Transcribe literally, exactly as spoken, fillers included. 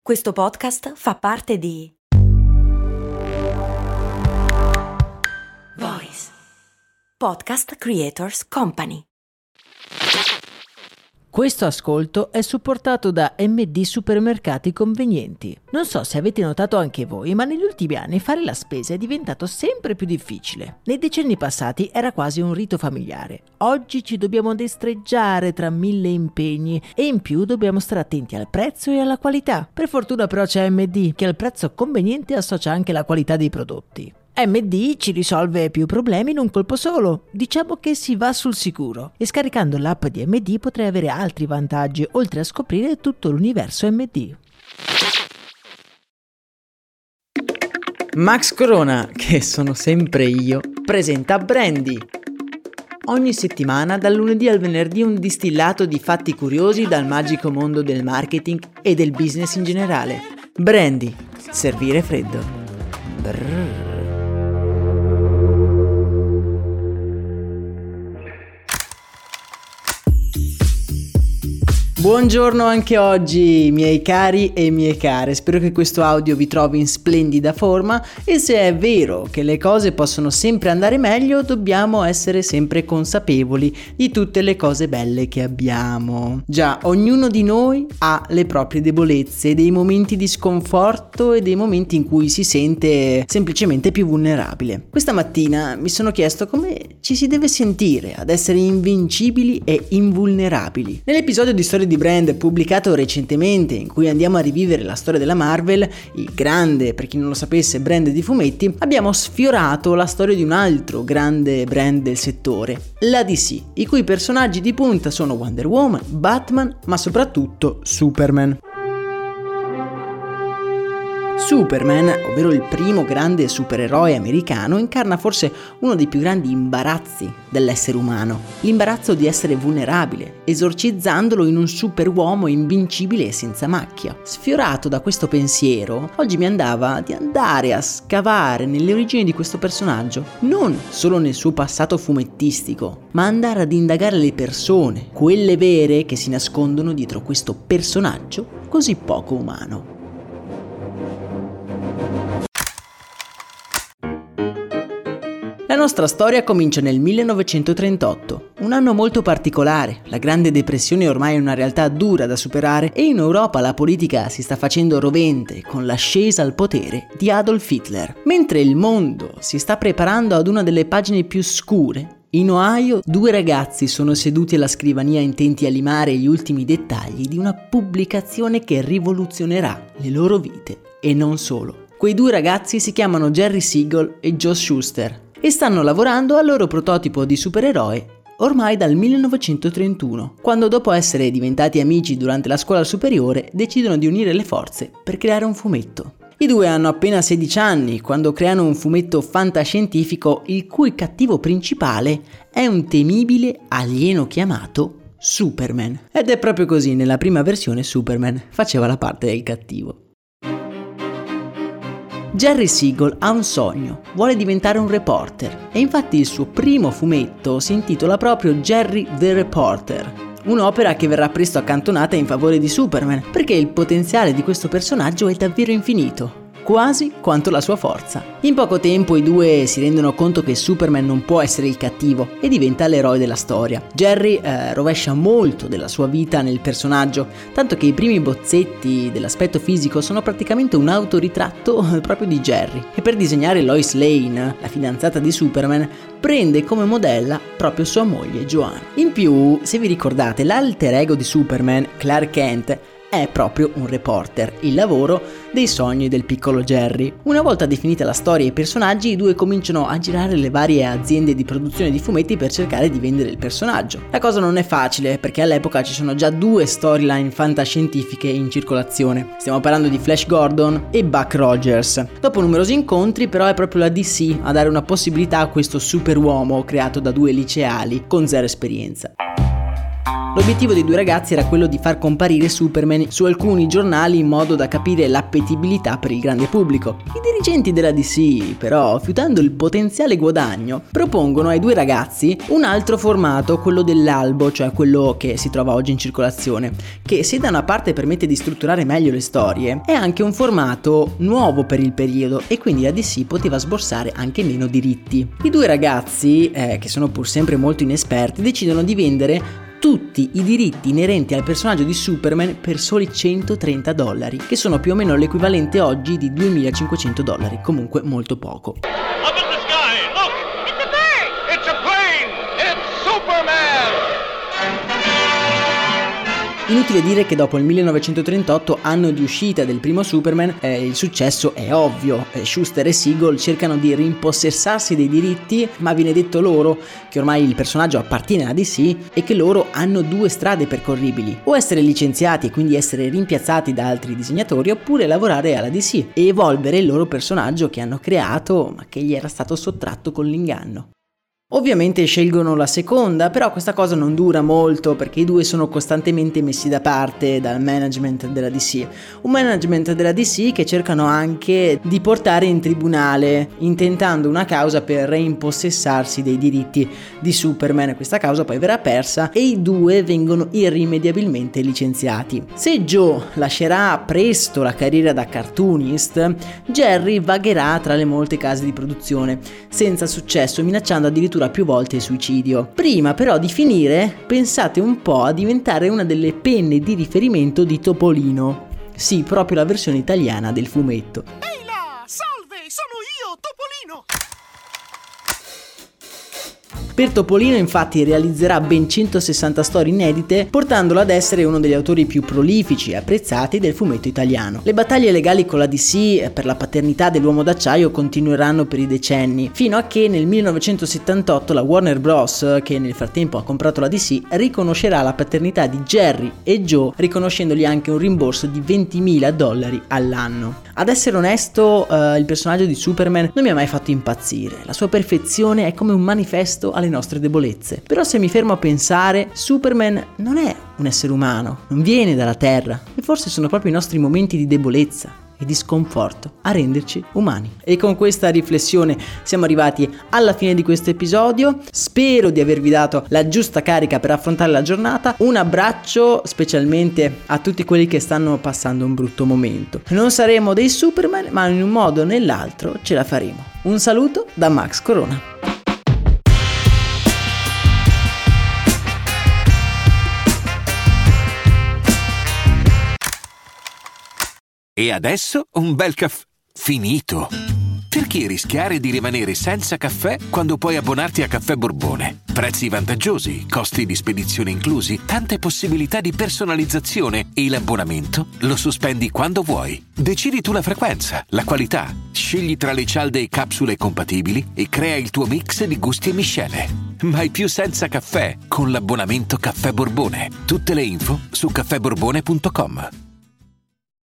Questo podcast fa parte di Voice Podcast Creators Company. Questo ascolto è supportato da M D Supermercati Convenienti. Non so se avete notato anche voi, ma negli ultimi anni fare la spesa è diventato sempre più difficile. Nei decenni passati era quasi un rito familiare. Oggi ci dobbiamo destreggiare tra mille impegni e in più dobbiamo stare attenti al prezzo e alla qualità. Per fortuna però c'è M D, che al prezzo conveniente associa anche la qualità dei prodotti. M D ci risolve più problemi in un colpo solo. Diciamo che si va sul sicuro. E scaricando l'app di M D potrai avere altri vantaggi, oltre a scoprire tutto l'universo M D. Max Corona, che sono sempre io, presenta Brandy. Ogni settimana, dal lunedì al venerdì, un distillato di fatti curiosi dal magico mondo del marketing e del business in generale. Brandy, servire freddo. Brrr. Buongiorno anche oggi, miei cari e mie care, spero che questo audio vi trovi in splendida forma e se è vero che le cose possono sempre andare meglio, dobbiamo essere sempre consapevoli di tutte le cose belle che abbiamo. Già, ognuno di noi ha le proprie debolezze, dei momenti di sconforto e dei momenti in cui si sente semplicemente più vulnerabile. Questa mattina mi sono chiesto come ci si deve sentire ad essere invincibili e invulnerabili. Nell'episodio di Storia di Brand pubblicato recentemente, in cui andiamo a rivivere la storia della Marvel, il grande, per chi non lo sapesse, brand di fumetti, abbiamo sfiorato la storia di un altro grande brand del settore, la D C, i cui personaggi di punta sono Wonder Woman, Batman, ma soprattutto Superman. Superman, ovvero il primo grande supereroe americano, incarna forse uno dei più grandi imbarazzi dell'essere umano, l'imbarazzo di essere vulnerabile, esorcizzandolo in un superuomo invincibile e senza macchia. Sfiorato da questo pensiero, oggi mi andava di andare a scavare nelle origini di questo personaggio, non solo nel suo passato fumettistico, ma andare ad indagare le persone, quelle vere che si nascondono dietro questo personaggio così poco umano. La nostra storia comincia nel millenovecentotrentotto, un anno molto particolare. La Grande Depressione ormai è una realtà dura da superare e in Europa la politica si sta facendo rovente con l'ascesa al potere di Adolf Hitler. Mentre il mondo si sta preparando ad una delle pagine più scure, in Ohio due ragazzi sono seduti alla scrivania intenti a limare gli ultimi dettagli di una pubblicazione che rivoluzionerà le loro vite e non solo. Quei due ragazzi si chiamano Jerry Siegel e Joe Shuster e stanno lavorando al loro prototipo di supereroe ormai dal millenovecentotrentuno, quando dopo essere diventati amici durante la scuola superiore decidono di unire le forze per creare un fumetto. I due hanno appena sedici anni quando creano un fumetto fantascientifico il cui cattivo principale è un temibile alieno chiamato Superman. Ed è proprio così, nella prima versione Superman faceva la parte del cattivo. Jerry Siegel ha un sogno, vuole diventare un reporter e infatti il suo primo fumetto si intitola proprio Jerry the Reporter, un'opera che verrà presto accantonata in favore di Superman perché il potenziale di questo personaggio è davvero infinito, quasi quanto la sua forza. In poco tempo i due si rendono conto che Superman non può essere il cattivo e diventa l'eroe della storia. Jerry eh, rovescia molto della sua vita nel personaggio, tanto che i primi bozzetti dell'aspetto fisico sono praticamente un autoritratto proprio di Jerry. E per disegnare Lois Lane, la fidanzata di Superman, prende come modella proprio sua moglie Joanna. In più, se vi ricordate, l'alter ego di Superman, Clark Kent, è proprio un reporter, il lavoro dei sogni del piccolo Jerry. Una volta definita la storia e i personaggi, i due cominciano a girare le varie aziende di produzione di fumetti per cercare di vendere il personaggio. La cosa non è facile perché all'epoca ci sono già due storyline fantascientifiche in circolazione. Stiamo parlando di Flash Gordon e Buck Rogers. Dopo numerosi incontri però è proprio la D C a dare una possibilità a questo superuomo creato da due liceali con zero esperienza. L'obiettivo dei due ragazzi era quello di far comparire Superman su alcuni giornali in modo da capire l'appetibilità per il grande pubblico. I dirigenti della D C, però, fiutando il potenziale guadagno, propongono ai due ragazzi un altro formato, quello dell'albo, cioè quello che si trova oggi in circolazione, che se da una parte permette di strutturare meglio le storie, è anche un formato nuovo per il periodo e quindi la D C poteva sborsare anche meno diritti. I due ragazzi, eh, che sono pur sempre molto inesperti, decidono di vendere tutti i diritti inerenti al personaggio di Superman per soli centotrenta dollari, che sono più o meno l'equivalente oggi di duemilacinquecento dollari, comunque molto poco. Up in the sky, look! It's a bird! It's a plane! It's Superman! Inutile dire che dopo il millenovecentotrentotto, anno di uscita del primo Superman, eh, il successo è ovvio. Eh, Schuster e Siegel cercano di rimpossessarsi dei diritti, ma viene detto loro che ormai il personaggio appartiene alla D C e che loro hanno due strade percorribili: o essere licenziati e quindi essere rimpiazzati da altri disegnatori, oppure lavorare alla D C e evolvere il loro personaggio che hanno creato ma che gli era stato sottratto con l'inganno. Ovviamente scelgono la seconda, però questa cosa non dura molto perché i due sono costantemente messi da parte dal management della D C. Un management della D C che cercano anche di portare in tribunale, intentando una causa per reimpossessarsi dei diritti di Superman. Questa causa poi verrà persa e i due vengono irrimediabilmente licenziati. Se Joe lascerà presto la carriera da cartoonist, Jerry vagherà tra le molte case di produzione, senza successo, minacciando addirittura più volte il suicidio. Prima però di finire, pensate un po' a diventare una delle penne di riferimento di Topolino. Sì, proprio la versione italiana del fumetto. Ehi là, salve, sono io, Topolino! Per Topolino infatti realizzerà ben centosessanta storie inedite, portandolo ad essere uno degli autori più prolifici e apprezzati del fumetto italiano. Le battaglie legali con la D C per la paternità dell'Uomo d'Acciaio continueranno per i decenni, fino a che nel millenovecentosettantotto la Warner Bros., che nel frattempo ha comprato la D C, riconoscerà la paternità di Jerry e Joe, riconoscendogli anche un rimborso di ventimila dollari all'anno. Ad essere onesto, eh, il personaggio di Superman non mi ha mai fatto impazzire. La sua perfezione è come un manifesto alle nostre debolezze. Però se mi fermo a pensare, Superman non è un essere umano, non viene dalla Terra, e forse sono proprio i nostri momenti di debolezza e di sconforto a renderci umani. E con questa riflessione siamo arrivati alla fine di questo episodio. Spero di avervi dato la giusta carica per affrontare la giornata. Un abbraccio specialmente a tutti quelli che stanno passando un brutto momento. Non saremo dei Superman, ma in un modo o nell'altro ce la faremo. Un saluto da Max Corona. E adesso un bel caffè finito. Perché rischiare di rimanere senza caffè quando puoi abbonarti a Caffè Borbone? Prezzi vantaggiosi, costi di spedizione inclusi, tante possibilità di personalizzazione e l'abbonamento lo sospendi quando vuoi. Decidi tu la frequenza, la qualità, scegli tra le cialde e capsule compatibili e crea il tuo mix di gusti e miscele. Mai più senza caffè con l'abbonamento Caffè Borbone. Tutte le info su caffè borbone punto com.